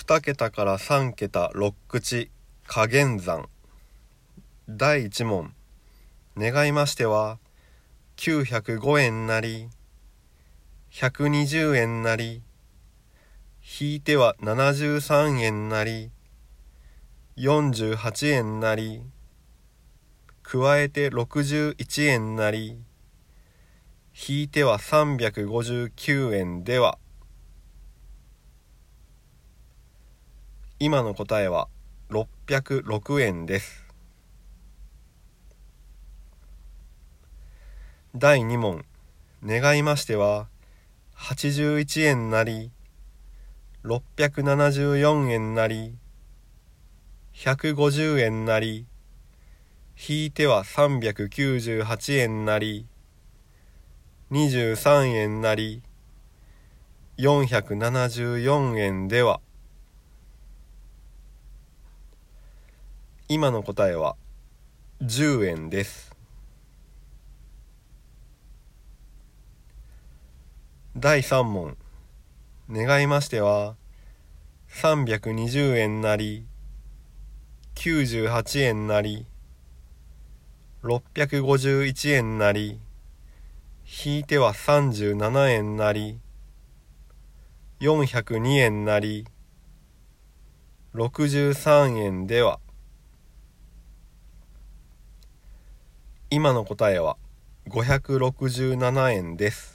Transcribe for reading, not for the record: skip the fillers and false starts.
2桁から3桁6口加減算。第1問。願いましては905円なり120円なり引いては73円なり48円なり加えて61円なり引いては359円では、今の答えは606円です。第2問。願いましては81円なり674円なり150円なり引いては398円なり23円なり474円では、今の答えは10円です。第3問。願いましては320円なり98円なり651円なり引いては37円なり402円なり63円では、今の答えは567円です。